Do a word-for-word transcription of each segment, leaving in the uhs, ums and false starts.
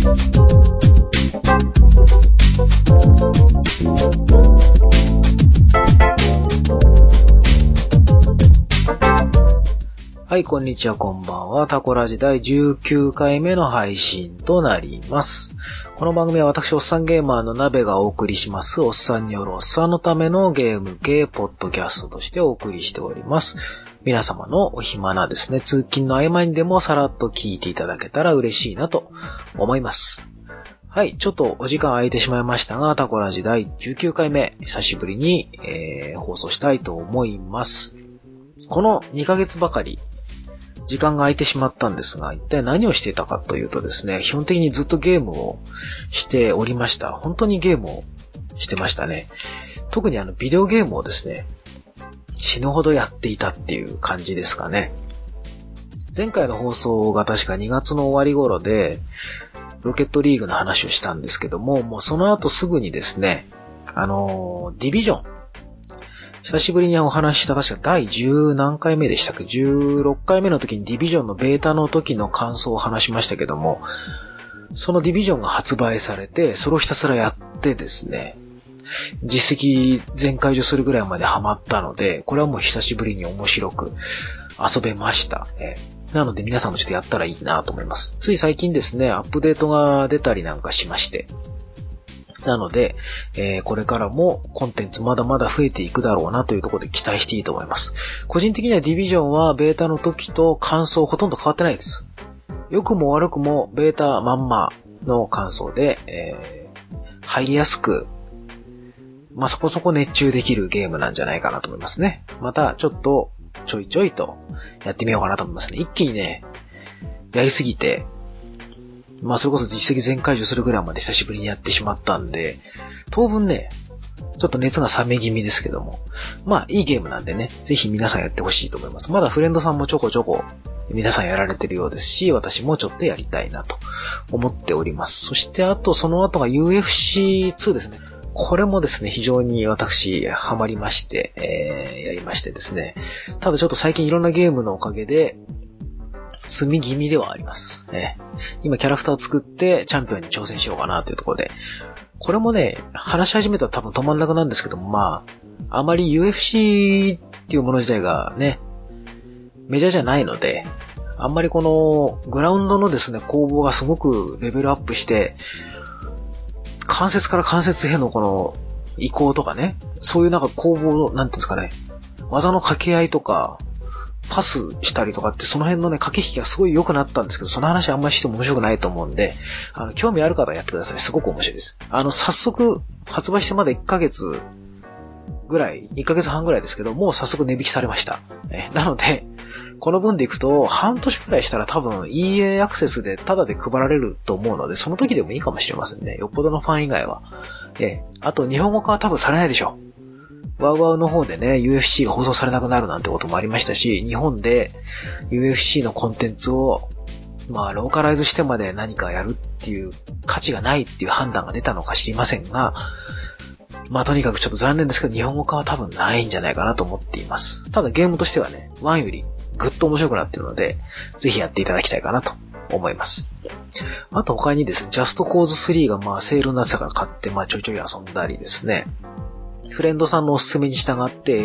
はい、こんにちは、こんばんは。タコラジだいじゅうきゅうかいめの配信となります。この番組は私、おっさんゲーマーの鍋がお送りします、おっさんによるおっさんのためのゲーム系ポッドキャストとしてお送りしております。皆様のお暇なですね、通勤の合間にでもさらっと聞いていただけたら嬉しいなと思います。はい、ちょっとお時間空いてしまいましたが、タコラジだいじゅうきゅうかいめ、久しぶりに、えー、放送したいと思います。このにかげつばかり、時間が空いてしまったんですが、一体何をしていたかというとですね、基本的にずっとゲームをしておりました。本当にゲームをしてましたね。特にあのビデオゲームをですね、死ぬほどやっていたっていう感じですかね。前回の放送が確かにがつの終わり頃で、ロケットリーグの話をしたんですけども、もうその後すぐにですね、あのー、ディビジョン。久しぶりにお話しした確かだいじゅう何回目でしたっけ ?じゅうろっかいめの時にディビジョンのベータの時の感想を話しましたけども、そのディビジョンが発売されて、それをひたすらやってですね、実績全解除するぐらいまでハマったので、これはもう久しぶりに面白く遊べました。えなので皆さんもちょっとやったらいいなと思います。つい最近ですね、アップデートが出たりなんかしまして、なので、えー、これからもコンテンツまだまだ増えていくだろうなというところで期待していいと思います。個人的にはディビジョンはベータの時と感想ほとんど変わってないです。良くも悪くもベータまんまの感想で、えー、入りやすく、まあ、そこそこ熱中できるゲームなんじゃないかなと思いますね。またちょっとちょいちょいとやってみようかなと思いますね。一気にね、やりすぎて、まあそれこそ実績全解除するぐらいまで久しぶりにやってしまったんで、当分ね、ちょっと熱が冷め気味ですけども、まあいいゲームなんでね、ぜひ皆さんやってほしいと思います。まだフレンドさんもちょこちょこ皆さんやられてるようですし、私もちょっとやりたいなと思っております。そしてあとその後が ユーエフシーツー ですね。これもですね、非常に私ハマりまして、えー、やりましてですね。ただちょっと最近いろんなゲームのおかげで、積み気味ではあります。ね、今キャラクターを作ってチャンピオンに挑戦しようかなというところで、これもね、話し始めたら多分止まんなくなるんですけども、まあ、あまり ユーエフシー っていうもの自体がね、メジャーじゃないので、あんまりこのグラウンドのですね、攻防がすごくレベルアップして、関節から関節へのこの移行とかね、そういうなんか攻防の、なんていうんですかね、技の掛け合いとか、パスしたりとかってその辺のね駆け引きがすごい良くなったんですけど、その話あんまりしても面白くないと思うんで、あの興味ある方はやってください。すごく面白いです。あの早速発売してまだいっかげつぐらい、いっかげつはんぐらいですけど、もう早速値引きされました。えなのでこの分でいくと半年くらいしたら多分 イーエー アクセスでタダで配られると思うので、その時でもいいかもしれませんね。よっぽどのファン以外は。えあと日本語化は多分されないでしょう。ワウワウの方でね、ユーエフシー が放送されなくなるなんてこともありましたし、日本で ユーエフシー のコンテンツを、まあ、ローカライズしてまで何かやるっていう価値がないっていう判断が出たのか知りませんが、まあ、とにかくちょっと残念ですけど、日本語化は多分ないんじゃないかなと思っています。ただゲームとしてはね、ワンよりぐっと面白くなっているので、ぜひやっていただきたいかなと思います。あと他にですね、ジャストコーズスリーがまあ、セールになってたから買って、まあ、ちょいちょい遊んだりですね。フレンドさんのおすすめに従って、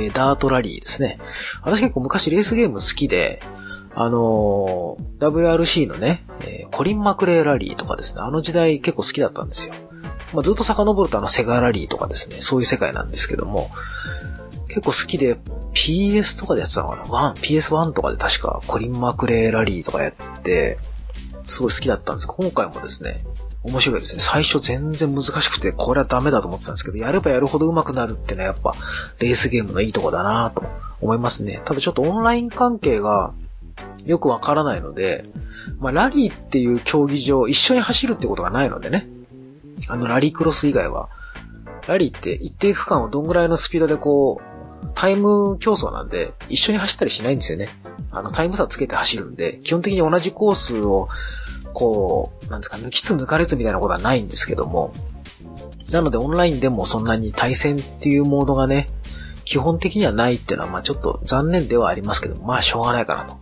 ダートラリーですね。私結構昔レースゲーム好きで、あのー、ダブリューアールシー のね、えー、コリン・マクレーラリーとかですね、あの時代結構好きだったんですよ。まあ、ずっと遡るとあのセガラリーとかですね、そういう世界なんですけども、結構好きで ピーエス とかでやってたのかな ?ワン、ピーエスワン とかで確かコリン・マクレーラリーとかやって、すごい好きだったんですけど、今回もですね、面白いですね。最初全然難しくて、これはダメだと思ってたんですけど、やればやるほど上手くなるってのはやっぱ、レースゲームのいいとこだなと思いますね。ただちょっとオンライン関係がよくわからないので、まあラリーっていう競技場、一緒に走るってことがないのでね。あのラリークロス以外は、ラリーって一定区間をどんぐらいのスピードでこう、タイム競争なんで、一緒に走ったりしないんですよね。あのタイム差つけて走るんで、基本的に同じコースをこう、なんですか、抜きつ抜かれつみたいなことはないんですけども、なのでオンラインでもそんなに対戦っていうモードがね、基本的にはないっていうのはまあちょっと残念ではありますけど、まあしょうがないかなと。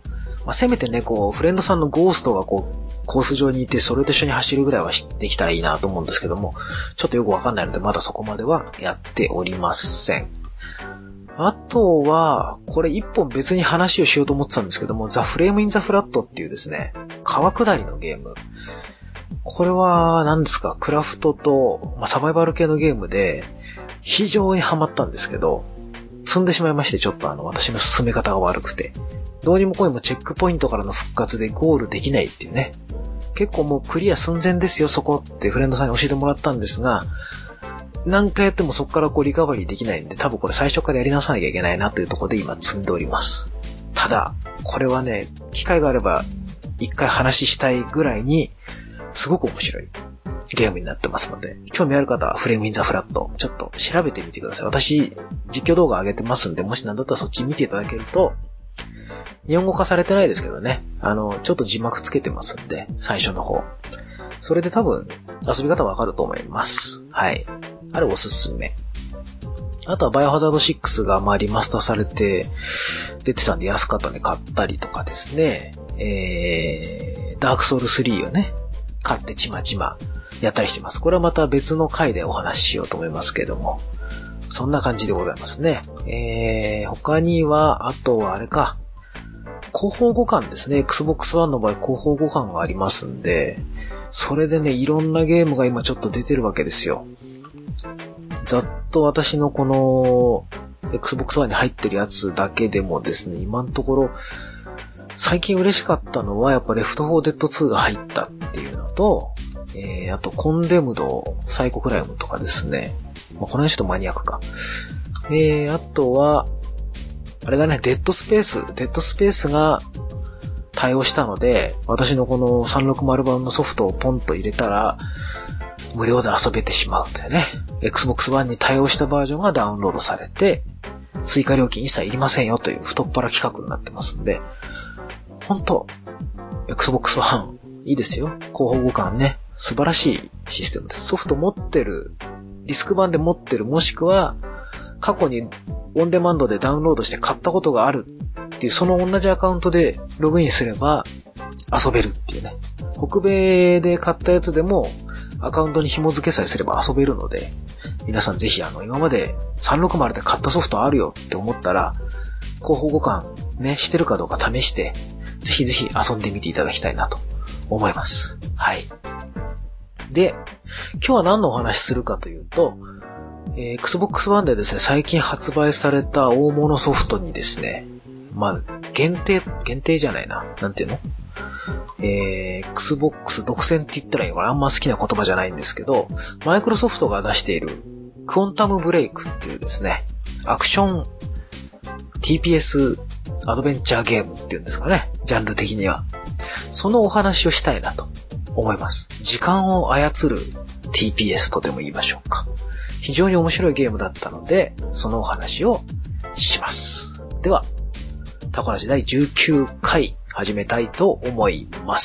まあ、せめてね、こう、フレンドさんのゴーストがこう、コース上にいて、それと一緒に走るぐらいはできたらいいなと思うんですけども、ちょっとよくわかんないので、まだそこまではやっておりません。あとは、これ一本別に話をしようと思ってたんですけども、ザ・フレーム・イン・ザ・フラットっていうですね、川下りのゲーム。これは、何ですか、クラフトと、まあ、サバイバル系のゲームで、非常にハマったんですけど、積んでしまいまして、ちょっとあの、私の進め方が悪くて。どうにもこうにもチェックポイントからの復活でゴールできないっていうね。結構もうクリア寸前ですよ、そこってフレンドさんに教えてもらったんですが、何回やってもそこからこうリカバリーできないんで、多分これ最初からやり直さなきゃいけないなというところで今積んでおります。ただ、これはね、機会があれば一回話したいぐらいに、すごく面白いゲームになってますので、興味ある方はフレームインザフラット、ちょっと調べてみてください。私、実況動画上げてますんで、もしなんだったらそっち見ていただけると、日本語化されてないですけどね、あの、ちょっと字幕つけてますんで、最初の方。それで多分、遊び方わかると思います。はい。あれおすすめ。あとはバイオハザードシックスがまあリマスターされて出てたんで安かったんで買ったりとかですね、えー、ダークソウルスリーをね、買ってちまちまやったりしてます。これはまた別の回でお話ししようと思いますけれども、そんな感じでございますね。えー、他には、あとはあれか、広報互換ですね。Xbox One の場合広報互換がありますんで、それでね、いろんなゲームが今ちょっと出てるわけですよ。ざっと私のこの Xbox One に入ってるやつだけでもですね、今のところ最近嬉しかったのはやっぱレフトフォーデッドツーが入ったっていうのと、えー、あとコンデムド、サイコクライムとかですね。まあ、この辺ちょっとマニアックか。えー、あとは、あれだね、デッドスペース、デッドスペースが対応したので、私のこのさんびゃくろくじゅう版のソフトをポンと入れたら、無料で遊べてしまうというね。Xbox One に対応したバージョンがダウンロードされて、追加料金一切いりませんよという太っ腹企画になってますんで、ほんと、Xbox One いいですよ。広報互換ね。素晴らしいシステムです。ソフト持ってる、ディスク版で持ってる、もしくは、過去にオンデマンドでダウンロードして買ったことがあるっていう、その同じアカウントでログインすれば遊べるっていうね。北米で買ったやつでもアカウントに紐付けさえすれば遊べるので、皆さんぜひあの、今までさんびゃくろくじゅうで買ったソフトあるよって思ったら、広報互換ね、してるかどうか試して、ぜひぜひ遊んでみていただきたいなと思います。はい。で、今日は何のお話しするかというと、えー、Xbox One でですね、最近発売された大物ソフトにですね、まあ、限定、限定じゃないな。なんていうの？えー、Xbox 独占って言ったらいいのかな？あんま好きな言葉じゃないんですけど、マイクロソフトが出しているクォンタムブレイクっていうですね、アクション ティーピーエス アドベンチャーゲームっていうんですかね、ジャンル的には。そのお話をしたいなと思います。時間を操る ティーピーエス とでも言いましょうか。非常に面白いゲームだったので、そのお話をします。では、タコラジだいじゅうきゅうかい始めたいと思います。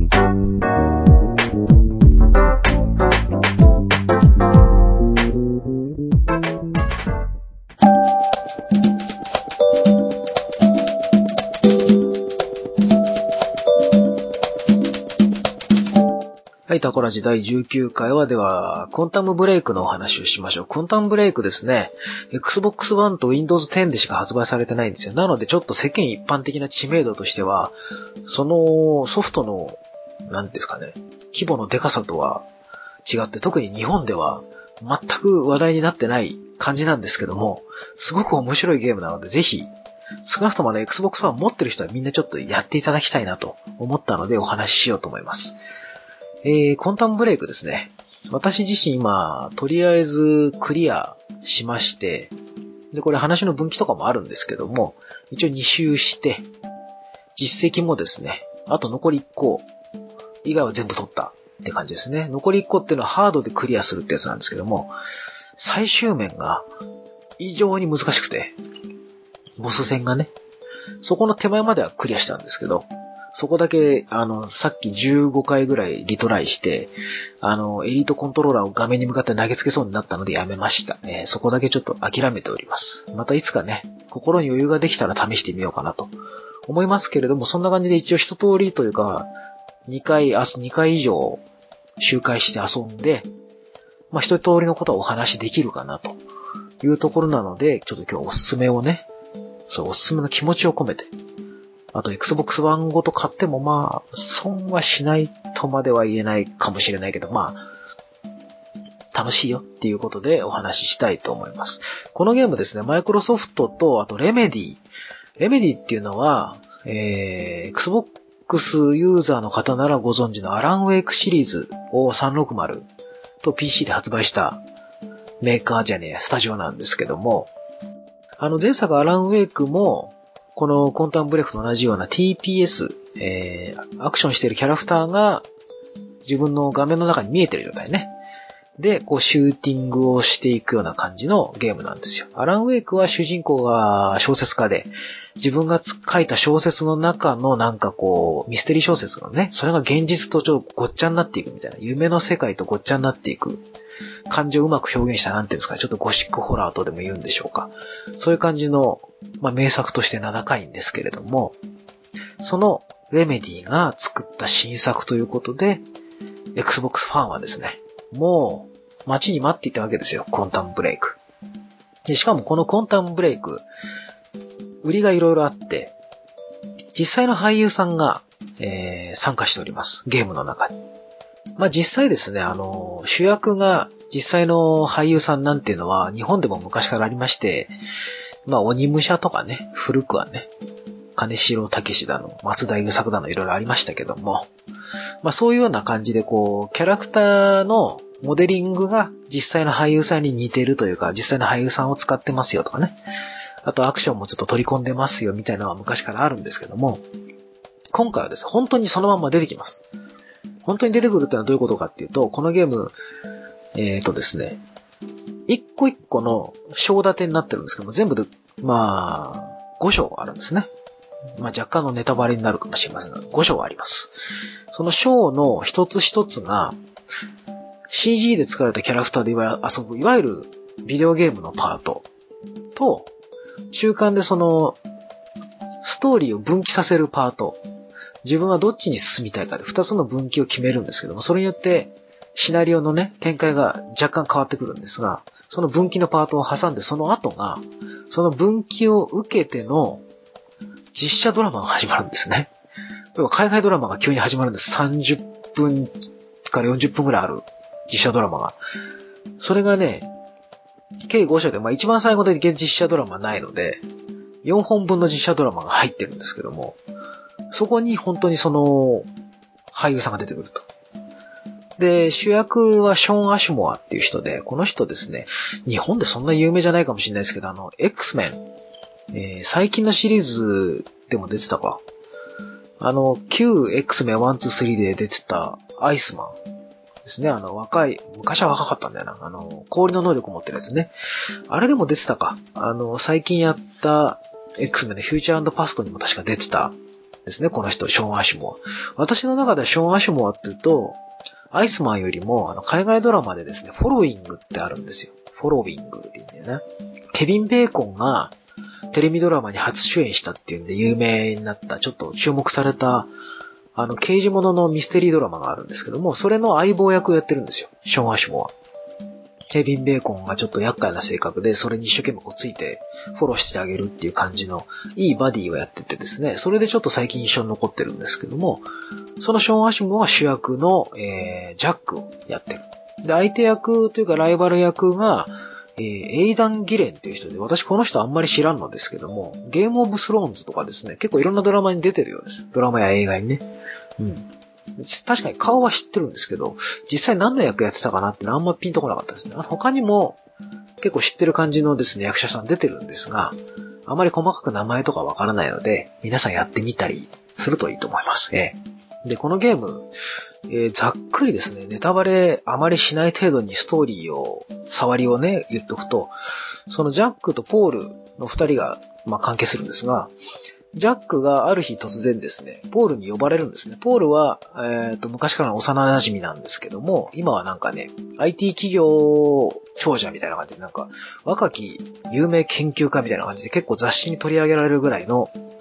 はい、タコラジだいじゅうきゅうかいはでは、クォンタムブレイクのお話をしましょう。クォンタムブレイクですね、Xbox One と Windows テンでしか発売されてないんですよ。なのでちょっと世間一般的な知名度としては、そのソフトの、なんですかね、規模のデカさとは違って、特に日本では全く話題になってない感じなんですけども、すごく面白いゲームなので、ぜひ、少なくともね、Xbox One 持ってる人はみんなちょっとやっていただきたいなと思ったのでお話ししようと思います。えー、クォンタムブレイクですね。私自身今、とりあえずクリアしまして、で、これ話の分岐とかもあるんですけども、一応に周して、実績もですね、あと残りいっこ以外は全部取ったって感じですね。残りいっこっていうのはハードでクリアするってやつなんですけども、最終面が異常に難しくて、ボス戦がね、そこの手前まではクリアしたんですけど、そこだけ、あの、さっきじゅうごかいぐらいリトライして、あの、エリートコントローラーを画面に向かって投げつけそうになったのでやめました。えー、そこだけちょっと諦めております。またいつかね、心に余裕ができたら試してみようかなと思いますけれども、そんな感じで一応一通りというか、にかい、あ、にかい以上周回して遊んで、まあ一通りのことはお話しできるかなというところなので、ちょっと今日おすすめをね、そう、おすすめの気持ちを込めて、あと Xbox One ごと買ってもまあ、損はしないとまでは言えないかもしれないけど、まあ、楽しいよっていうことでお話ししたいと思います。このゲームですね、マイクロソフトと、あとレメディ。レメディっていうのは、えー、Xbox ユーザーの方ならご存知のアランウェイクシリーズをさんろくまると ピーシー で発売したメーカーじゃねえ、スタジオなんですけども、あの前作アランウェイクも、このコンタンブレイクと同じような ティーピーエス、えー、アクションしているキャラクターが自分の画面の中に見えている状態ね。で、こうシューティングをしていくような感じのゲームなんですよ。アランウェイクは主人公が小説家で、自分が書いた小説の中のなんかこう、ミステリー小説がね、それが現実とちょっとごっちゃになっていくみたいな、夢の世界とごっちゃになっていく感じをうまく表現した、なんていうんですかね、ちょっとゴシックホラーとでも言うんでしょうか。そういう感じの、まあ、名作として名高いんですけれども、そのレメディが作った新作ということで、Xbox ファンはですね、もう待ちに待っていたわけですよ、コンタンブレイク。で、しかもこのコンタンブレイク、売りがいろいろあって、実際の俳優さんが、えー、参加しております、ゲームの中に。まあ、実際ですね、あの、主役が実際の俳優さんなんていうのは日本でも昔からありまして、まあ、鬼武者とかね、古くはね、金城武史だの、松田優作だのいろいろありましたけども、まあそういうような感じでこう、キャラクターのモデリングが実際の俳優さんに似てるというか、実際の俳優さんを使ってますよとかね。あとアクションもちょっと取り込んでますよみたいなのは昔からあるんですけども、今回はですね、本当にそのまんま出てきます。本当に出てくるってのはどういうことかっていうと、このゲーム、えーとですね、一個一個の章立てになってるんですけども、全部で、まあ、ご章あるんですね。まあ若干のネタバレになるかもしれませんが、ご章あります。その章の一つ一つが シージー で作られたキャラクターで遊ぶ、いわゆるビデオゲームのパートと、中間でそのストーリーを分岐させるパート、自分はどっちに進みたいかで二つの分岐を決めるんですけども、それによってシナリオのね、展開が若干変わってくるんですが、その分岐のパートを挟んでその後が、その分岐を受けての実写ドラマが始まるんですね。海外ドラマが急に始まるんです。さんじゅっぷんからよんじゅっぷんぐらいある実写ドラマが。それがね、計ご章で、まあ一番最後で実写ドラマないので、よんほんぶんの実写ドラマが入ってるんですけども、そこに本当にその俳優さんが出てくると。で、主役はショーン・アシュモアっていう人で、この人ですね、日本でそんな有名じゃないかもしれないですけど、あの、X メン、えー、最近のシリーズでも出てたか。あの、旧 X メンいち、に、さんで出てたアイスマンですね。あの、若い、昔は若かったんだよな。あの、氷の能力を持ってるやつね。あれでも出てたか。あの、最近やった X メンのフューチャー&パストにも確か出てたですね。この人、ショーン・アシュモア。私の中ではショーン・アシュモアって言うと、アイスマンよりも、あの、海外ドラマでですね、フォロウィングってあるんですよ。フォロウィングって言うんだよね。ケビン・ベーコンがテレビドラマに初主演したっていうんで有名になった、ちょっと注目された、あの、刑事物のミステリードラマがあるんですけども、それの相棒役をやってるんですよ。ショーン・アシュモア。ケビン・ベーコンがちょっと厄介な性格で、それに一生懸命こうついてフォローしてあげるっていう感じのいいバディをやっててですね、それでちょっと最近印象に残ってるんですけども、そのショーン・アシュモアは主役の、えー、ジャックをやってる。で、相手役というかライバル役が、えー、エイダン・ギレンっていう人で、私この人あんまり知らんのですけども、ゲームオブスローンズとかですね、結構いろんなドラマに出てるようです。ドラマや映画にね。うん。確かに顔は知ってるんですけど、実際何の役やってたかなってのはあんまピンとこなかったですね。他にも結構知ってる感じのですね、役者さん出てるんですが、あまり細かく名前とかわからないので、皆さんやってみたりするといいと思いますね。で、このゲーム、えー、ざっくりですね、ネタバレあまりしない程度にストーリーを、触りをね、言っとくと、そのジャックとポールの二人が、まあ、関係するんですが、ジャックがある日突然ですね、ポールに呼ばれるんですね。ポールは、えっと、昔からの幼馴染なんですけども、今はなんかね、アイティー 企業長者みたいな感じで、なんか、若き有名研究家みたいな感じで結構雑誌に取り上げられるぐらいの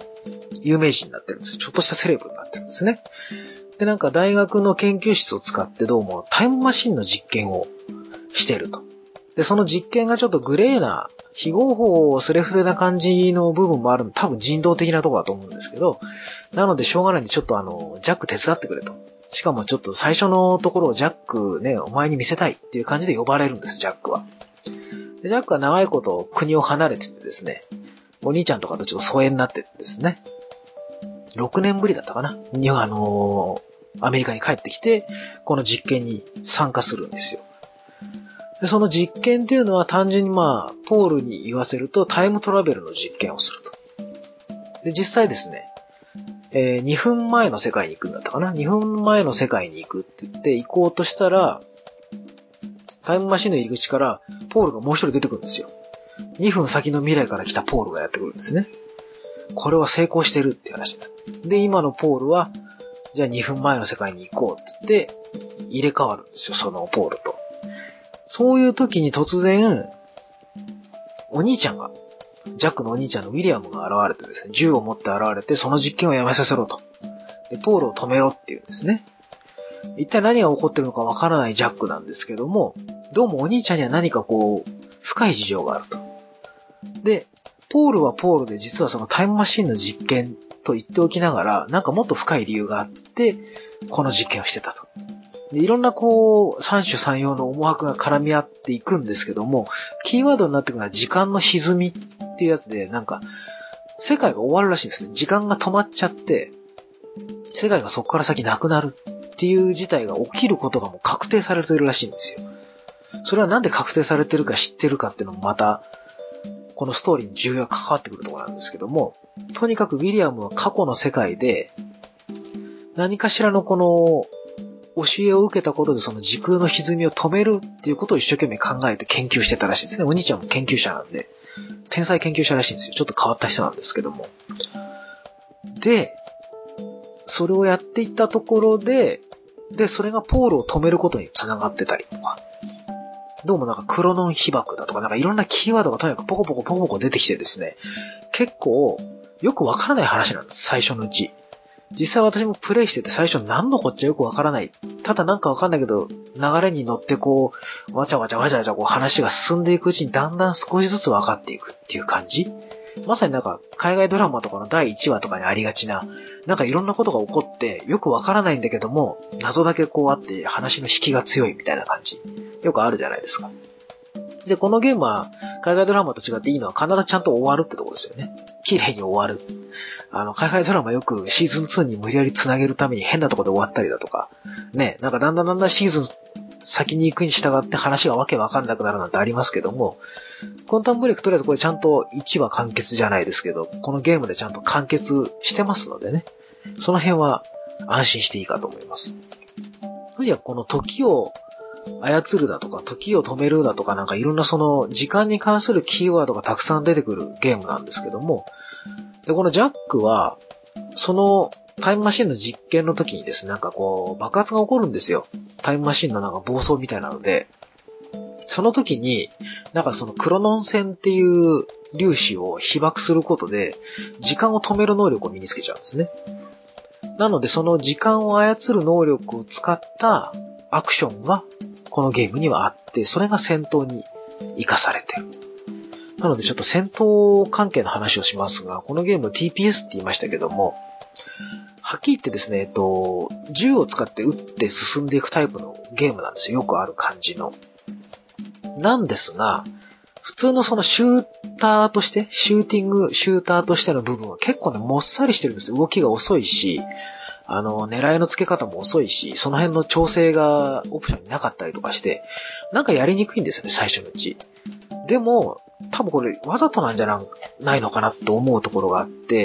有名人になってるんです。ちょっとしたセレブになってるんですね。で、なんか大学の研究室を使ってどうもタイムマシンの実験をしてると。で、その実験がちょっとグレーな、非合法スレフレな感じの部分もある、多分人道的なところだと思うんですけど、なのでしょうがないんでちょっとあの、ジャック手伝ってくれと。しかもちょっと最初のところをジャックね、お前に見せたいっていう感じで呼ばれるんです、ジャックは。で、ジャックは長いこと国を離れててですね、お兄ちゃんとかとちょっと疎遠になっててですね、ろくねんぶりだったかなに、あのー、アメリカに帰ってきて、この実験に参加するんですよ。で、その実験っていうのは単純にまあ、ポールに言わせるとタイムトラベルの実験をすると。で、実際ですね、えー、にふんまえの世界に行くんだったかな ?に 分前の世界に行くって言って行こうとしたら、タイムマシンの入り口からポールがもう一人出てくるんですよ。にふん先の未来から来たポールがやってくるんですね。これは成功してるって話になって。で、今のポールは、じゃあにふんまえの世界に行こうって言って入れ替わるんですよ、そのポールと。そういう時に突然、お兄ちゃんが、ジャックのお兄ちゃんのウィリアムが現れてですね、銃を持って現れて、その実験をやめさせろと。で、ポールを止めろって言うんですね。一体何が起こってるのかわからないジャックなんですけども、どうもお兄ちゃんには何かこう、深い事情があると。で、ポールはポールで実はそのタイムマシンの実験と言っておきながら、なんかもっと深い理由があって、この実験をしてたと。で、いろんなこう、三種三様の思惑が絡み合っていくんですけども、キーワードになってくるのは時間の歪みっていうやつで、なんか、世界が終わるらしいんですね。時間が止まっちゃって、世界がそこから先なくなるっていう事態が起きることがもう確定されているらしいんですよ。それはなんで確定されてるか知ってるかっていうのもまた、このストーリーに重要が関わってくるところなんですけども、とにかくウィリアムは過去の世界で、何かしらのこの、教えを受けたことでその時空の歪みを止めるっていうことを一生懸命考えて研究してたらしいんですね。お兄ちゃんも研究者なんで、天才研究者らしいんですよ。ちょっと変わった人なんですけども。で、それをやっていったところで、で、それがポールを止めることに繋がってたりとか、どうもなんかクロノン被爆だとか、なんかいろんなキーワードがとにかくポコポコポコポコ出てきてですね、結構よくわからない話なんです、最初のうち。実際私もプレイしてて最初何のこっちゃよくわからない。ただなんかわかんないけど、流れに乗ってこう、わちゃわちゃわちゃわちゃこう話が進んでいくうちにだんだん少しずつわかっていくっていう感じ。まさになんか海外ドラマとかのだいいちわとかにありがちな、なんかいろんなことが起こってよくわからないんだけども、謎だけこうあって話の引きが強いみたいな感じ。よくあるじゃないですか。で、このゲームは海外ドラマと違っていいのは必ずちゃんと終わるってところですよね。綺麗に終わる。あの、海外ドラマよくシーズンツーに無理やり繋げるために変なところで終わったりだとか、ね、なんかだんだんだんだんシーズン先に行くに従って話がわけわかんなくなるなんてありますけども、コンタンブレイクとりあえずこれちゃんといちわ完結じゃないですけど、このゲームでちゃんと完結してますのでね、その辺は安心していいかと思います。とにかくこの時を操るだとか、時を止めるだとか、なんかいろんなその時間に関するキーワードがたくさん出てくるゲームなんですけども、で、このジャックは、そのタイムマシンの実験の時にですね、なんかこう、爆発が起こるんですよ。タイムマシンのなんか暴走みたいなので、その時に、なんかそのクロノン線っていう粒子を被爆することで、時間を止める能力を身につけちゃうんですね。なのでその時間を操る能力を使ったアクションがこのゲームにはあって、それが戦闘に活かされてる。なのでちょっと戦闘関係の話をしますが、このゲーム ティーピーエス って言いましたけども、はっきり言ってですね、えっと、銃を使って撃って進んでいくタイプのゲームなんですよ。よくある感じの。なんですが、普通のそのシューターとして、シューティングシューターとしての部分は結構ね、もっさりしてるんですよ。動きが遅いし、あの、狙いの付け方も遅いし、その辺の調整がオプションになかったりとかして、なんかやりにくいんですよね、最初のうち。でも、多分これわざとなんじゃないのかなと思うところがあって、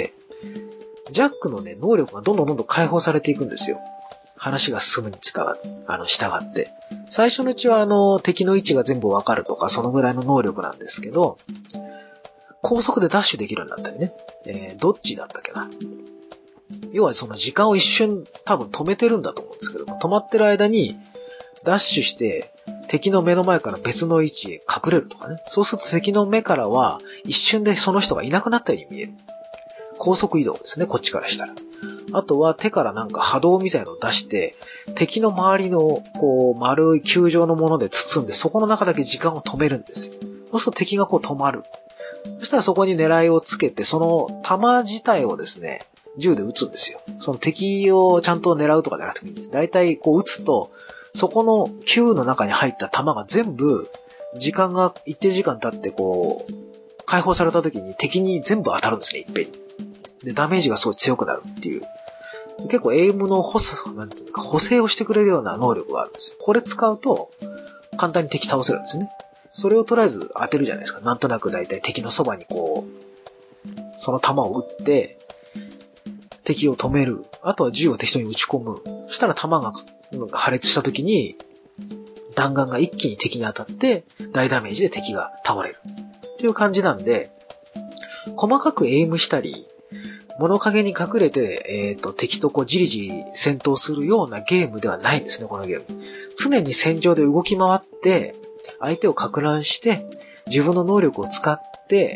ジャックのね、能力がどんどんどんどん解放されていくんですよ。話が進むに伝わあの、従って。最初のうちはあの、敵の位置が全部わかるとか、そのぐらいの能力なんですけど、高速でダッシュできるようになったりね。えー、どっちだったっけな。要はその時間を一瞬多分止めてるんだと思うんですけども、止まってる間にダッシュして敵の目の前から別の位置へ隠れるとかね。そうすると敵の目からは一瞬でその人がいなくなったように見える。 高速移動ですね、こっちからしたら。あとは手からなんか波動みたいなのを出して、敵の周りのこう丸い球状のもので包んで、そこの中だけ時間を止めるんですよ。そうすると敵がこう止まる。そしたらそこに狙いをつけて、その弾自体をですね、銃で撃つんですよ。その敵をちゃんと狙うとかじゃなくてもいいんです。だいたいこう撃つと、そこの球の中に入った弾が全部、時間が一定時間経ってこう、解放された時に敵に全部当たるんですね、いっぺんに。で、ダメージがすごい強くなるっていう。結構エイムの補正、なんていうか、補正をしてくれるような能力があるんですよ。これ使うと、簡単に敵倒せるんですね。それをとりあえず当てるじゃないですか。なんとなくだいたい敵のそばにこう、その弾を撃って、敵を止める。あとは銃を適当に撃ち込む。そしたら弾が破裂した時に、弾丸が一気に敵に当たって、大ダメージで敵が倒れる。っていう感じなんで、細かくエイムしたり、物陰に隠れて、えっと、敵とこうじりじり戦闘するようなゲームではないんですね、このゲーム。常に戦場で動き回って、相手を撹乱して、自分の能力を使って、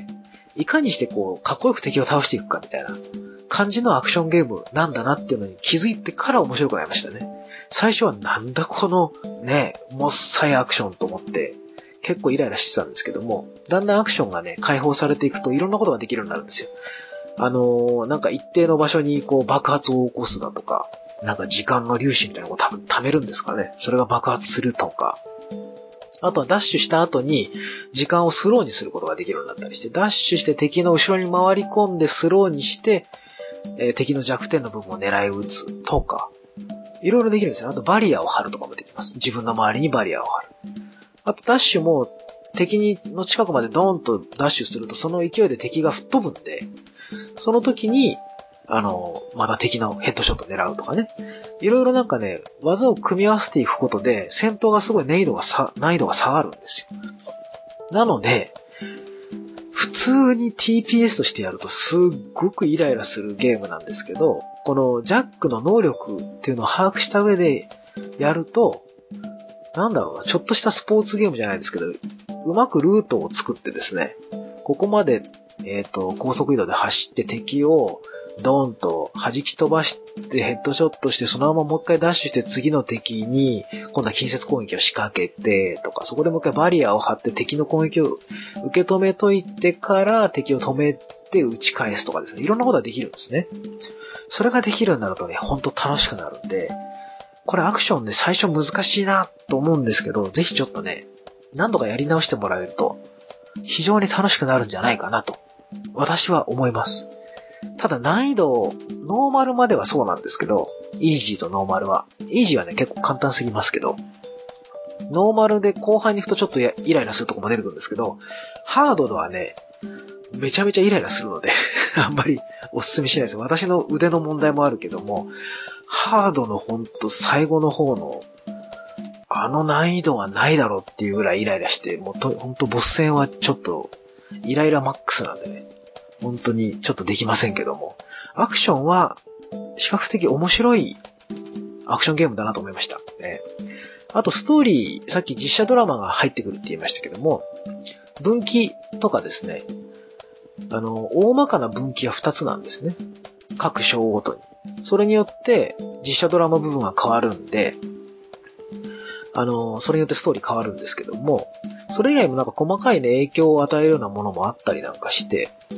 いかにしてこう、かっこよく敵を倒していくかみたいな感じのアクションゲームなんだなっていうのに気づいてから面白くなりましたね。最初はなんだこのね、もっさいアクションと思って、結構イライラしてたんですけども、だんだんアクションがね、解放されていくといろんなことができるようになるんですよ。あのー、なんか一定の場所にこう爆発を起こすだとか、なんか時間の粒子みたいなのを多分溜めるんですかね。それが爆発するとか。あとはダッシュした後に時間をスローにすることができるようになったりして、ダッシュして敵の後ろに回り込んでスローにして、えー、敵の弱点の部分を狙い撃つとか、いろいろできるんですよ。あとバリアを張るとかもできます。自分の周りにバリアを張る。あとダッシュも敵の近くまでドーンとダッシュするとその勢いで敵が吹っ飛ぶんで、その時に、あの、また敵のヘッドショットを狙うとかね。いろいろなんかね、技を組み合わせていくことで、戦闘がすごい難易度がさ、難易度が下がるんですよ。なので、普通に ティーピーエス としてやるとすっごくイライラするゲームなんですけど、このジャックの能力っていうのを把握した上でやると、なんだろうな、ちょっとしたスポーツゲームじゃないですけど、うまくルートを作ってですね、ここまでえっと、高速移動で走って敵をドーンと弾き飛ばしてヘッドショットしてそのままもう一回ダッシュして次の敵に今度は近接攻撃を仕掛けてとか、そこでもう一回バリアを張って敵の攻撃を受け止めといてから敵を止めて打ち返すとかですね。いろんなことができるんですね。それができるようになるとね、ほんと楽しくなるんで、これアクションで最初難しいなと思うんですけど、ぜひちょっとね、何度かやり直してもらえると非常に楽しくなるんじゃないかなと。私は思います。ただ難易度、ノーマルまではそうなんですけど、イージーとノーマルは。イージーはね、結構簡単すぎますけど、ノーマルで後半に行くとちょっとイライラするとこも出てくるんですけど、ハードではね、めちゃめちゃイライラするので、あんまりお勧めしないです。私の腕の問題もあるけども、ハードのほんと最後の方の、あの難易度はないだろうっていうぐらいイライラして、もうとほんとボス戦はちょっと、イライラマックスなんでね、本当にちょっとできませんけども、アクションは比較的面白いアクションゲームだなと思いました。ね、あとストーリー、さっき実写ドラマが入ってくるって言いましたけども、分岐とかですね、あの、大まかな分岐はふたつなんですね。各章ごとに。それによって実写ドラマ部分が変わるんで、あの、それによってストーリー変わるんですけども、それ以外もなんか細かいね、影響を与えるようなものもあったりなんかして、うん、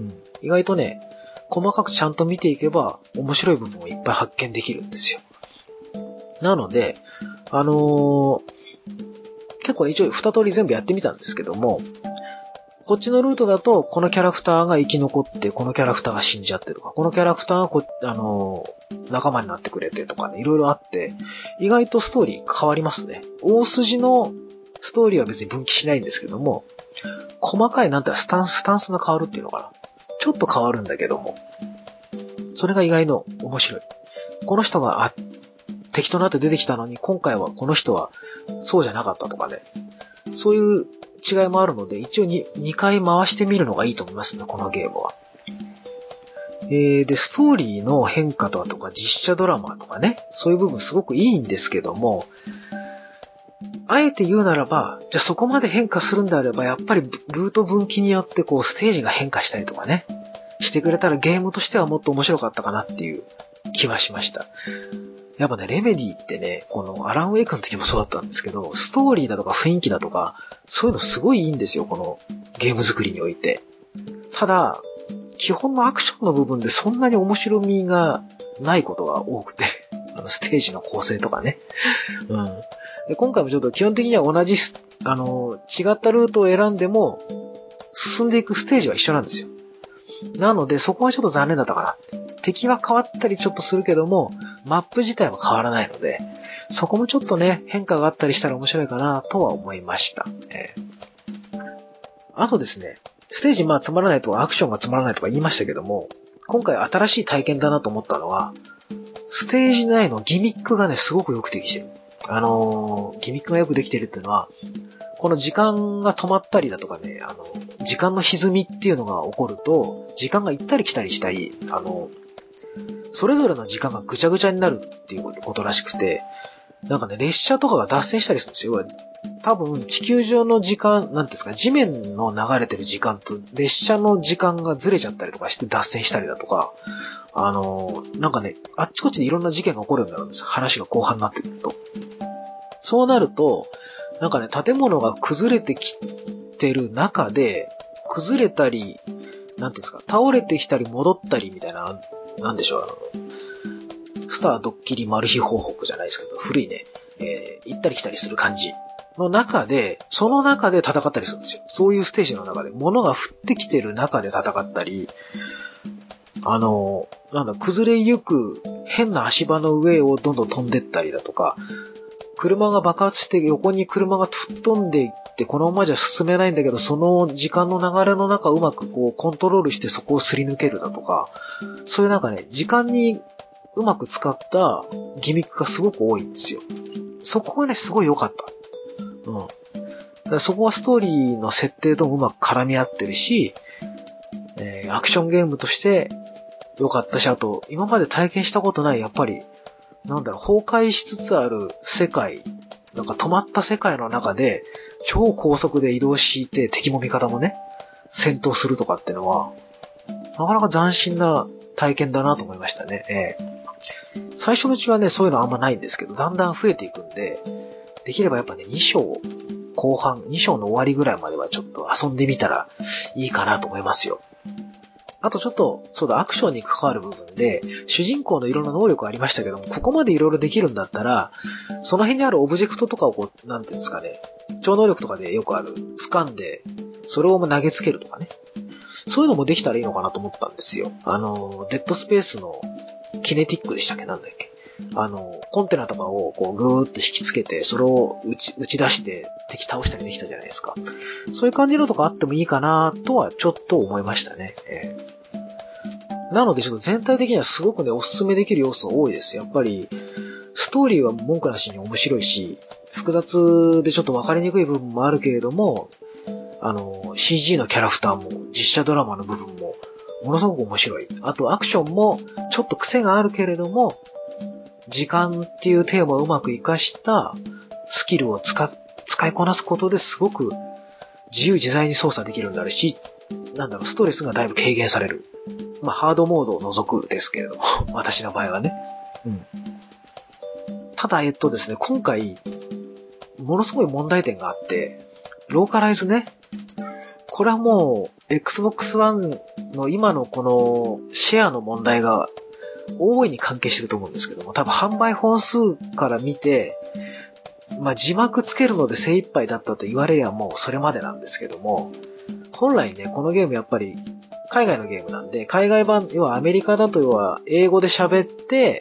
意外とね、細かくちゃんと見ていけば面白い部分をいっぱい発見できるんですよ。なので、あのー、結構一応二通り全部やってみたんですけども、こっちのルートだと、このキャラクターが生き残って、このキャラクターが死んじゃってとか、このキャラクターがこ、あのー、仲間になってくれてとかね、いろいろあって、意外とストーリー変わりますね。大筋のストーリーは別に分岐しないんですけども、細かいなんてスタンス、スタンスが変わるっていうのかな。ちょっと変わるんだけども、それが意外の面白い。この人が、あ、敵となって出てきたのに、今回はこの人はそうじゃなかったとかね。そういう違いもあるので、一応ににかい回してみるのがいいと思いますね、このゲームは。えー、で、ストーリーの変化とか実写ドラマとかね、そういう部分すごくいいんですけども、あえて言うならば、じゃあそこまで変化するんであれば、やっぱりルート分岐によってこうステージが変化したりとかね、 してくれたらゲームとしてはもっと面白かったかなっていう気はしました。やっぱね、レメディってね、このアランウェイクの時もそうだったんですけど、ストーリーだとか雰囲気だとか、そういうのすごいいいんですよ、このゲーム作りにおいて。ただ、基本のアクションの部分でそんなに面白みがないことが多くて、あのステージの構成とかね。うん。で、今回もちょっと基本的には同じ、あの、違ったルートを選んでも、進んでいくステージは一緒なんですよ。なので、そこはちょっと残念だったかな。敵は変わったりちょっとするけども、マップ自体は変わらないので、そこもちょっとね、変化があったりしたら面白いかなとは思いました。えー、あとですね、ステージまあつまらないとかアクションがつまらないとか言いましたけども、今回新しい体験だなと思ったのは、ステージ内のギミックがね、すごくよくできてる。あのー、ギミックがよくできてるっていうのは、この時間が止まったりだとかね、あの、時間の歪みっていうのが起こると、時間が行ったり来たりしたり、あの、それぞれの時間がぐちゃぐちゃになるっていうことらしくて、なんかね、列車とかが脱線したりするんですよ。多分、地球上の時間、なんていうんですか、地面の流れてる時間と列車の時間がずれちゃったりとかして脱線したりだとか、あの、なんかね、あっちこっちでいろんな事件が起こるようになるんです。話が後半になってくると。そうなると、なんかね、建物が崩れてきてる中で、崩れたり、なんていうんですか、倒れてきたり戻ったりみたいな、なんでしょう、あの、スタードッキリマル秘報告じゃないですけど、古いね、えー、行ったり来たりする感じの中で、その中で戦ったりするんですよ。そういうステージの中で、物が降ってきてる中で戦ったり、あの、なんだ、崩れゆく変な足場の上をどんどん飛んでったりだとか、車が爆発して横に車が吹っ飛んでいって、このままじゃ進めないんだけど、その時間の流れの中うまくこうコントロールしてそこをすり抜けるだとか、そういうなんかね、時間にうまく使ったギミックがすごく多いんですよ。そこがね、すごい良かった。うん。だからそこはストーリーの設定ともうまく絡み合ってるし、えー、アクションゲームとして良かったし、あと、今まで体験したことない、やっぱり、なんだろう、崩壊しつつある世界、なんか止まった世界の中で、超高速で移動して敵も味方もね、戦闘するとかっていうのは、なかなか斬新な体験だなと思いましたね。えー、最初のうちはね、そういうのあんまないんですけど、だんだん増えていくんで、できればやっぱね、に章後半、に章の終わりぐらいまではちょっと遊んでみたらいいかなと思いますよ。あとちょっと、そうだ、アクションに関わる部分で、主人公のいろんな能力ありましたけども、ここまでいろいろできるんだったら、その辺にあるオブジェクトとかをこう、なんていうんですかね、超能力とかでよくある、掴んで、それを投げつけるとかね。そういうのもできたらいいのかなと思ったんですよ。あの、デッドスペースのキネティックでしたっけ、なんだっけ。あの、コンテナとかをこうぐーっと引きつけて、それを打ち、打ち出して敵倒したりできたじゃないですか。そういう感じのとかあってもいいかなとはちょっと思いましたね。えー、なのでちょっと全体的にはすごくね、おすすめできる要素多いです。やっぱり、ストーリーは文句なしに面白いし、複雑でちょっと分かりにくい部分もあるけれども、あの、シージー のキャラクターも実写ドラマの部分もものすごく面白い。あとアクションもちょっと癖があるけれども、時間っていうテーマをうまく活かしたスキルを使、使いこなすことですごく自由自在に操作できるようになるし、なんだろう、ストレスがだいぶ軽減される。まあ、ハードモードを除くですけれども、私の場合はね。うん。ただ、えっとですね、今回、ものすごい問題点があって、ローカライズね。これはもう、Xbox One の今のこのシェアの問題が大いに関係してると思うんですけども、多分販売本数から見て、まあ字幕つけるので精一杯だったと言われりゃもうそれまでなんですけども、本来ね、このゲームやっぱり海外のゲームなんで、海外版、要はアメリカだと要は英語で喋って、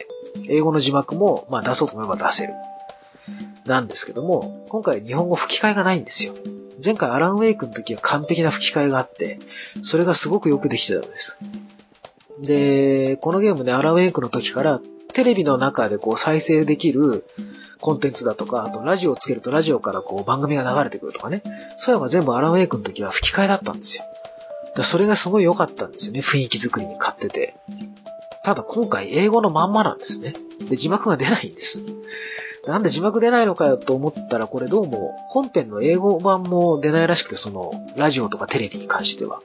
英語の字幕もまあ出そうと思えば出せる。なんですけども、今回日本語吹き替えがないんですよ。前回アランウェイクの時は完璧な吹き替えがあって、それがすごくよくできてたんです。で、このゲームね、アランウェイクの時からテレビの中でこう再生できるコンテンツだとか、あとラジオをつけるとラジオからこう番組が流れてくるとかね。そういうのが全部アランウェイクの時は吹き替えだったんですよ。だそれがすごい良かったんですよね。雰囲気作りに勝ってて。ただ今回英語のまんまなんですね。で、字幕が出ないんです。なんで字幕出ないのかよと思ったら、これどうも本編の英語版も出ないらしくて、そのラジオとかテレビに関しては。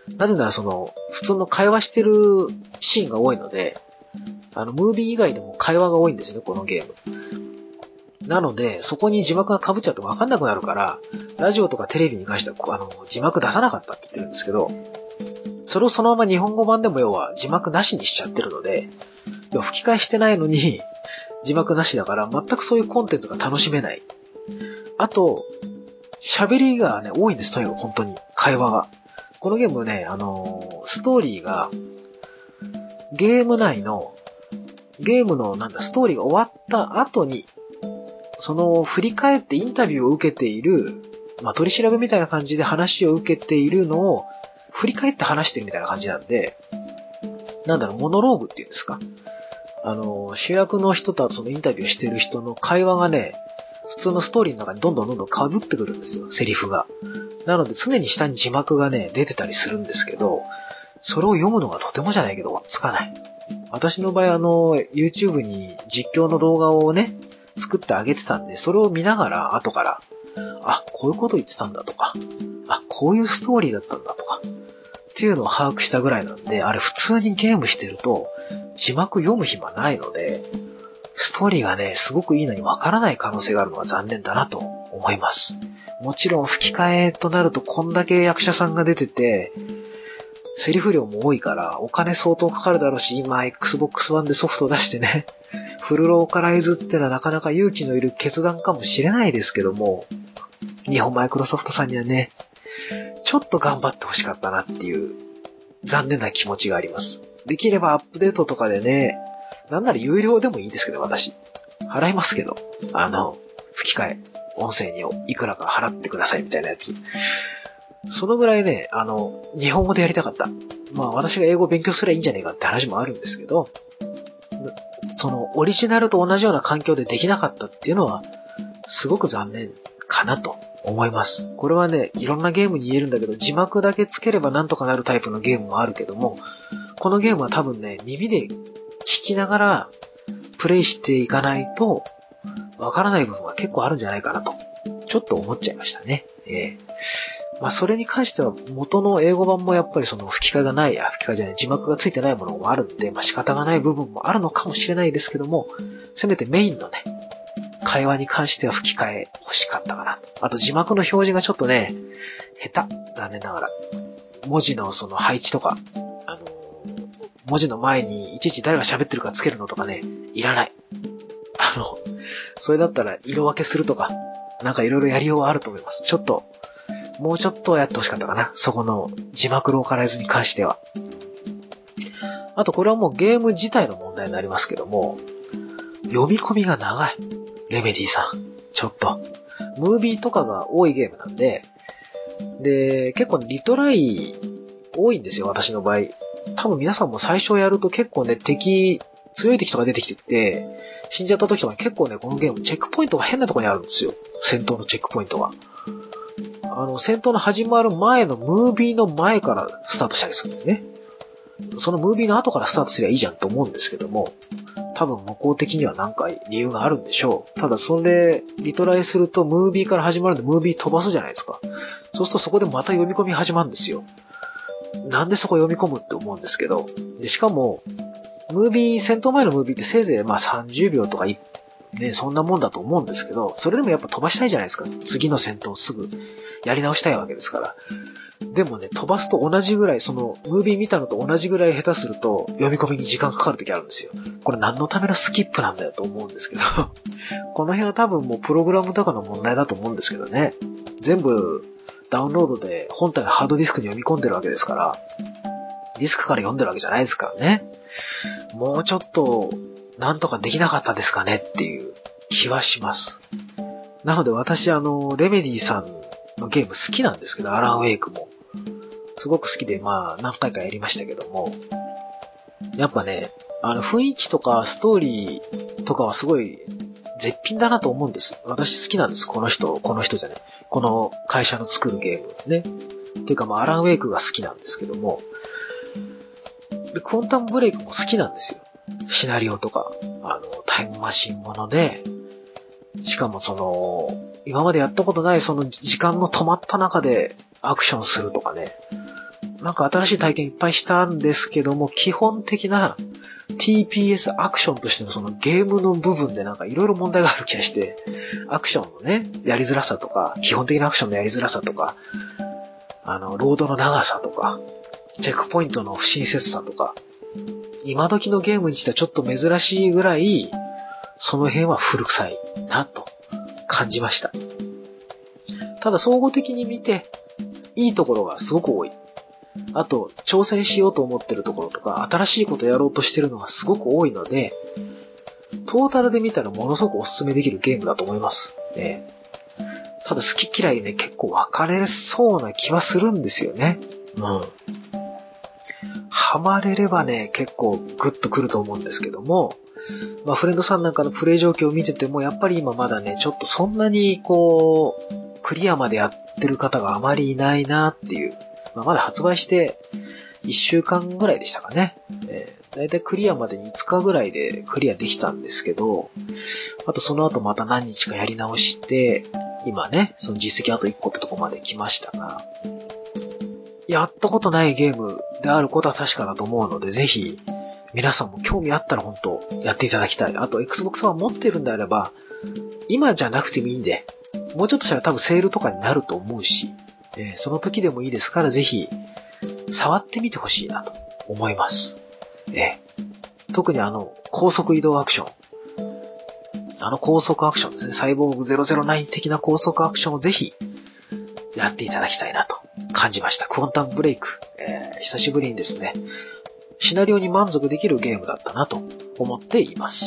なぜならその、普通の会話してるシーンが多いので、あの、ムービー以外でも会話が多いんですよね、このゲーム。なので、そこに字幕が被っちゃって分かんなくなるから、ラジオとかテレビに関しては、あの、字幕出さなかったって言ってるんですけど、それをそのまま日本語版でも要は字幕なしにしちゃってるので、要は吹き替えしてないのに、字幕なしだから全くそういうコンテンツが楽しめない。あと、喋りがね、多いんです、とにかく本当に。会話が。このゲームね、あのー、ストーリーが、ゲーム内の、ゲームのなんだ、ストーリーが終わった後に、その振り返ってインタビューを受けている、まあ、取り調べみたいな感じで話を受けているのを、振り返って話してるみたいな感じなんで、なんだろう、モノローグっていうんですか。あの、主役の人とそのインタビューしてる人の会話がね、普通のストーリーの中にどんどんどんどん被ってくるんですよ、セリフが。なので常に下に字幕がね、出てたりするんですけど、それを読むのがとてもじゃないけど、追っつかない。私の場合あの、YouTube に実況の動画をね、作ってあげてたんで、それを見ながら、後から、あ、こういうこと言ってたんだとか、あ、こういうストーリーだったんだとか、っていうのを把握したぐらいなんで、あれ普通にゲームしてると、字幕読む暇ないので、ストーリーがね、すごくいいのにわからない可能性があるのは残念だなと思います。もちろん吹き替えとなるとこんだけ役者さんが出てて、セリフ量も多いからお金相当かかるだろうし、今 エックスボックスワン でソフト出してね、フルローカライズってのはなかなか勇気のいる決断かもしれないですけども、日本マイクロソフトさんにはね、ちょっと頑張ってほしかったなっていう残念な気持ちがあります。できればアップデートとかでね、なんなら有料でもいいんですけど、私。払いますけど。あの、吹き替え、音声にいくらか払ってくださいみたいなやつ。そのぐらいね、あの、日本語でやりたかった。まあ私が英語を勉強すればいいんじゃねえかって話もあるんですけど、そのオリジナルと同じような環境でできなかったっていうのは、すごく残念かなと思います。これはね、いろんなゲームに言えるんだけど、字幕だけつければなんとかなるタイプのゲームもあるけども、このゲームは多分ね、耳で聞きながらプレイしていかないとわからない部分は結構あるんじゃないかなとちょっと思っちゃいましたね。えー、まあそれに関しては元の英語版もやっぱりその吹き替えがないや吹き替えじゃない字幕がついてないものもあるんで、まあ仕方がない部分もあるのかもしれないですけども、せめてメインのね会話に関しては吹き替え欲しかったかな。あと字幕の表示がちょっとね下手、残念ながら文字のその配置とか。文字の前にいちいち誰が喋ってるかつけるのとかね、いらない。あの、それだったら色分けするとか、なんかいろいろやりようはあると思います。ちょっと、もうちょっとやってほしかったかな。そこの字幕ローカライズに関しては。あとこれはもうゲーム自体の問題になりますけども、読み込みが長い。レメディさん。ちょっと。ムービーとかが多いゲームなんで、で、結構リトライ多いんですよ、私の場合。多分皆さんも最初やると結構ね、敵、強い敵とか出てきてて、死んじゃった時とか結構ね、このゲーム、チェックポイントが変なところにあるんですよ。戦闘のチェックポイントが。あの、戦闘の始まる前のムービーの前からスタートしたりするんですね。そのムービーの後からスタートすればいいじゃんと思うんですけども、多分向こう的には何か理由があるんでしょう。ただそれでリトライするとムービーから始まるんでムービー飛ばすじゃないですか。そうするとそこでまた読み込み始まるんですよ。なんでそこ読み込むって思うんですけど。で、しかも、ムービー、戦闘前のムービーってせいぜいまあさんじゅうびょうとかね、そんなもんだと思うんですけど、それでもやっぱ飛ばしたいじゃないですか。次の戦闘をすぐやり直したいわけですから。でもね、飛ばすと同じぐらい、その、ムービー見たのと同じぐらい下手すると、読み込みに時間かかるときあるんですよ。これ何のためのスキップなんだよと思うんですけど、この辺は多分もうプログラムとかの問題だと思うんですけどね。全部、ダウンロードで本体のハードディスクに読み込んでるわけですから、ディスクから読んでるわけじゃないですからね。もうちょっと、なんとかできなかったですかねっていう気はします。なので私、あの、レメディさんのゲーム好きなんですけど、アランウェイクも。すごく好きで、まあ、何回かやりましたけども、やっぱね、あの、雰囲気とかストーリーとかはすごい絶品だなと思うんです。私好きなんです。この人、この人じゃない。この会社の作るゲームね。っていうか、まあ、アランウェイクが好きなんですけども、で、クォンタムブレイクも好きなんですよ。シナリオとか、あの、タイムマシンもので、しかもその、今までやったことないその時間の止まった中でアクションするとかね。 なんか新しい体験いっぱいしたんですけども、基本的な ティーピーエス アクションとしてのそのゲームの部分でなんかいろいろ問題がある気がして、アクションのね、やりづらさとか、基本的なアクションのやりづらさとか、あの、ロードの長さとか、チェックポイントの不親切さとか、今時のゲームにしてはちょっと珍しいぐらい、その辺は古臭いなと感じました。ただ総合的に見て、いいところがすごく多い。あと、挑戦しようと思ってるところとか、新しいことやろうとしてるのがすごく多いので、トータルで見たらものすごくお勧めできるゲームだと思います。ね、ただ好き嫌いね、結構分かれそうな気はするんですよね。うん。ハマれればね、結構グッとくると思うんですけども、まあフレンドさんなんかのプレイ状況を見てても、やっぱり今まだね、ちょっとそんなにこう、クリアまでやってる方があまりいないなっていう。まあ、まだ発売していっしゅうかんぐらいでしたかね。えー、だいたいクリアまでにいつかぐらいでクリアできたんですけど、あとその後また何日かやり直して、今ね、その実績あといっこってとこまで来ましたが、やったことないゲームであることは確かだと思うので、ぜひ皆さんも興味あったら本当やっていただきたい。あと Xbox One 持ってるんであれば、今じゃなくてもいいんで、もうちょっとしたら多分セールとかになると思うし、えー、その時でもいいですからぜひ触ってみてほしいなと思います。えー、特にあの高速移動アクション、あの高速アクションですね、サイボーグゼロゼロナイン的な高速アクションをぜひやっていただきたいなと感じました。クォンタムブレイク、えー、久しぶりにですね、シナリオに満足できるゲームだったなと思っています。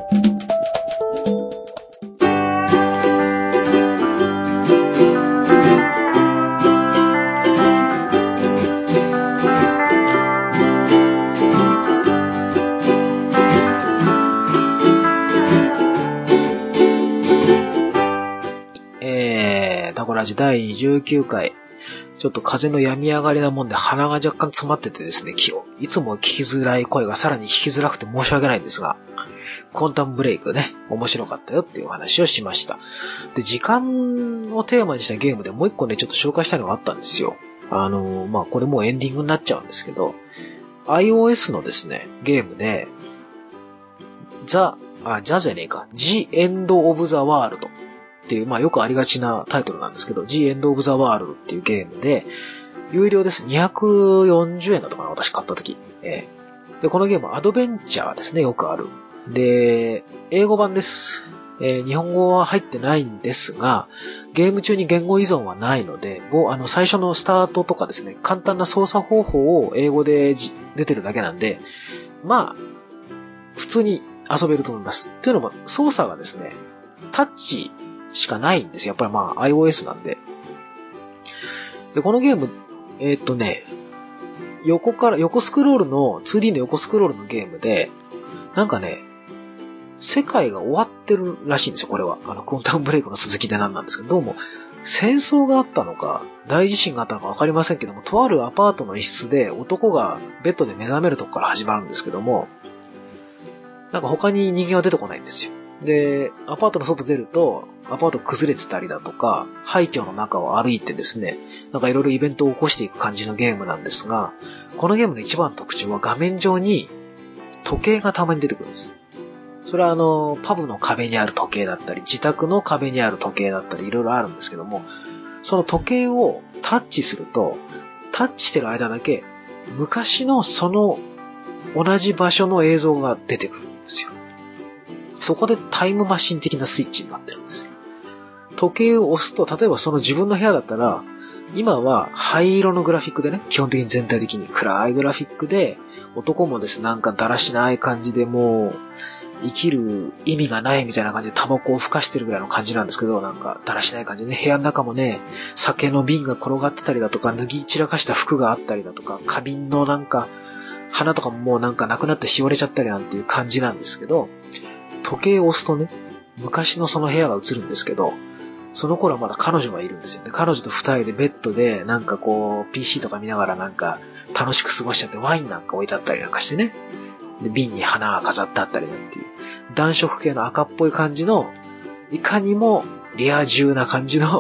えー、タコラジだいじゅうきゅうかい。ちょっと風の病み上がりなもんで鼻が若干詰まっててですね、いつも聞きづらい声がさらに聞きづらくて申し訳ないんですが、クォンタムブレイクね、面白かったよっていうお話をしました。で、時間をテーマにしたゲームでもう一個ね、ちょっと紹介したいのがあったんですよ。あのー、まあ、これもうエンディングになっちゃうんですけど、iOS のですね、ゲームで、ザ、あ、ザじゃねえか、The End of the Worldっていう、まあよくありがちなタイトルなんですけど、The End of the World っていうゲームで、有料です。にひゃくよんじゅうえんだったかな、私買った時。えー、で、このゲームアドベンチャーですね、よくある。で、英語版です。えー、日本語は入ってないんですが、ゲーム中に言語依存はないので、もうあの最初のスタートとかですね、簡単な操作方法を英語で出てるだけなんで、まあ、普通に遊べると思います。というのも、操作がですね、タッチしかないんですよ。やっぱりまあ iOS なんで。で、このゲーム、えー、っとね、横から、横スクロールの、ツーディー の横スクロールのゲームで、なんかね、世界が終わってるらしいんですよ、これは。あの、クォンタムブレイクの続きでなんなんですけど、どうも、戦争があったのか、大地震があったのかわかりませんけども、とあるアパートの一室で男がベッドで目覚めるとこから始まるんですけども、なんか他に人間は出てこないんですよ。で、アパートの外出ると、アパート崩れてたりだとか、廃墟の中を歩いてですね、なんかいろいろイベントを起こしていく感じのゲームなんですが、このゲームの一番の特徴は画面上に時計がたまに出てくるんです。それはあの、パブの壁にある時計だったり、自宅の壁にある時計だったり、いろいろあるんですけども、その時計をタッチすると、タッチしてる間だけ、昔のその同じ場所の映像が出てくるんですよ。そこでタイムマシン的なスイッチになってるんですよ。時計を押すと、例えばその自分の部屋だったら、今は灰色のグラフィックでね、基本的に全体的に暗いグラフィックで、男もですね、なんかだらしない感じでもう、生きる意味がないみたいな感じでタバコを吹かしてるぐらいの感じなんですけど、なんかだらしない感じでね、部屋の中もね、酒の瓶が転がってたりだとか、脱ぎ散らかした服があったりだとか、花瓶のなんか、花とかももうなんかなくなってしおれちゃったりなんていう感じなんですけど、時計を押すとね、昔のその部屋が映るんですけど、その頃はまだ彼女がいるんですよね。彼女と二人でベッドでなんかこう ピーシー とか見ながらなんか楽しく過ごしちゃってワインなんか置いてあったりなんかしてね。で、瓶に花が飾ってあったりなんていう暖色系の赤っぽい感じのいかにもリア充な感じの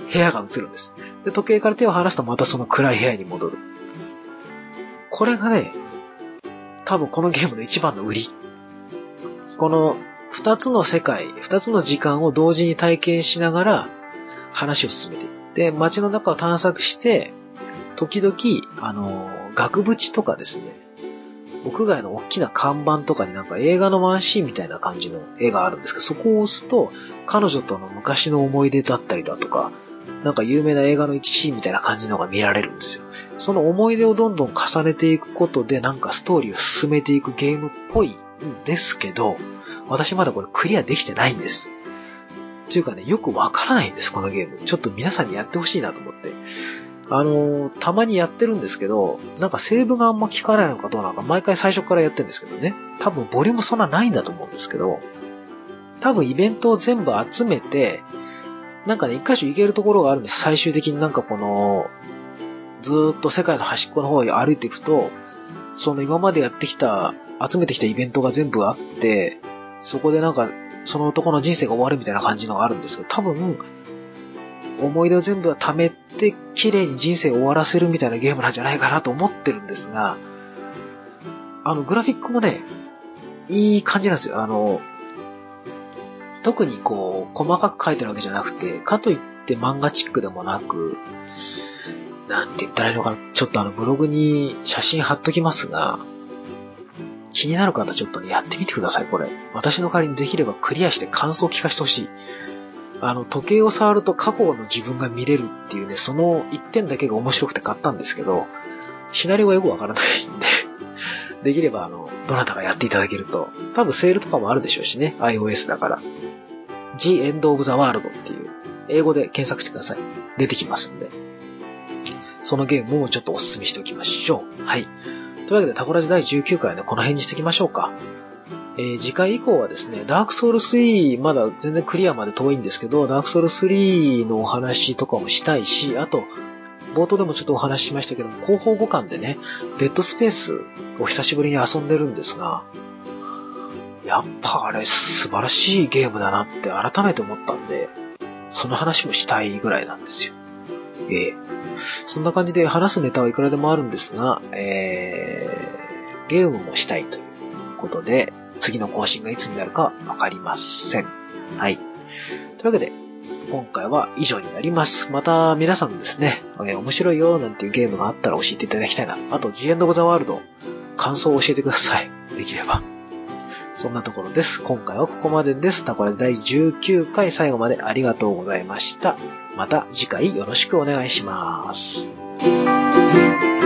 部屋が映るんです。で、時計から手を離すとまたその暗い部屋に戻る。これがね、多分このゲームの一番の売り。この二つの世界、二つの時間を同時に体験しながら話を進めていく。で、街の中を探索して、時々、あの、額縁とかですね、屋外の大きな看板とかになんか映画のワンシーンみたいな感じの絵があるんですけど、そこを押すと、彼女との昔の思い出だったりだとか、なんか有名な映画の一シーンみたいな感じのが見られるんですよ。その思い出をどんどん重ねていくことで、なんかストーリーを進めていくゲームっぽいんですけど、私まだこれクリアできてないんです。っていうかね、よくわからないんです、このゲーム。ちょっと皆さんにやってほしいなと思って。あのー、たまにやってるんですけど、なんかセーブがあんま効かないのかどうなのか、毎回最初からやってるんですけどね。多分ボリュームそんなないんだと思うんですけど、多分イベントを全部集めて、なんかね、一箇所行けるところがあるんです。最終的になんかこの、ずーっと世界の端っこの方に歩いていくと、その今までやってきた、集めてきたイベントが全部あって、そこでなんか、その男の人生が終わるみたいな感じのがあるんですけど、多分、思い出を全部貯めて、綺麗に人生を終わらせるみたいなゲームなんじゃないかなと思ってるんですが、あの、グラフィックもね、いい感じなんですよ。あの、特にこう、細かく書いてるわけじゃなくて、かといって漫画チックでもなく、なんて言ったらいいのかな。ちょっとあの、ブログに写真貼っときますが、気になる方ちょっとね、やってみてください、これ。私の代わりにできればクリアして感想を聞かせてほしい。あの、時計を触ると過去の自分が見れるっていうね、その一点だけが面白くて買ったんですけど、シナリオがよくわからないんで、できればあの、どなたかやっていただけると、多分セールとかもあるでしょうしね、iOS だから。The End of the World っていう、英語で検索してください。出てきますんで。そのゲームもちょっとお勧めしておきましょう。はい。というわけで、タコラジだいじゅうきゅうかいはね、この辺にしておきましょうか。えー、次回以降はですね、ダークソウルスリー、まだ全然クリアまで遠いんですけど、ダークソウルスリーのお話とかもしたいし、あと、冒頭でもちょっとお話ししましたけども、広報互換でね、デッドスペースを久しぶりに遊んでるんですが、やっぱあれ素晴らしいゲームだなって改めて思ったんで、その話もしたいぐらいなんですよ。えー、そんな感じで話すネタはいくらでもあるんですが、えー、ゲームもしたいということで、次の更新がいつになるかわかりません。はい。というわけで、今回は以上になります。また皆さんですね、えー、面白いよなんていうゲームがあったら教えていただきたいな。あと、The End of the World、感想を教えてください。できれば。そんなところです。今回はここまでです。タコラジだいじゅうきゅうかい最後までありがとうございました。また次回よろしくお願いします。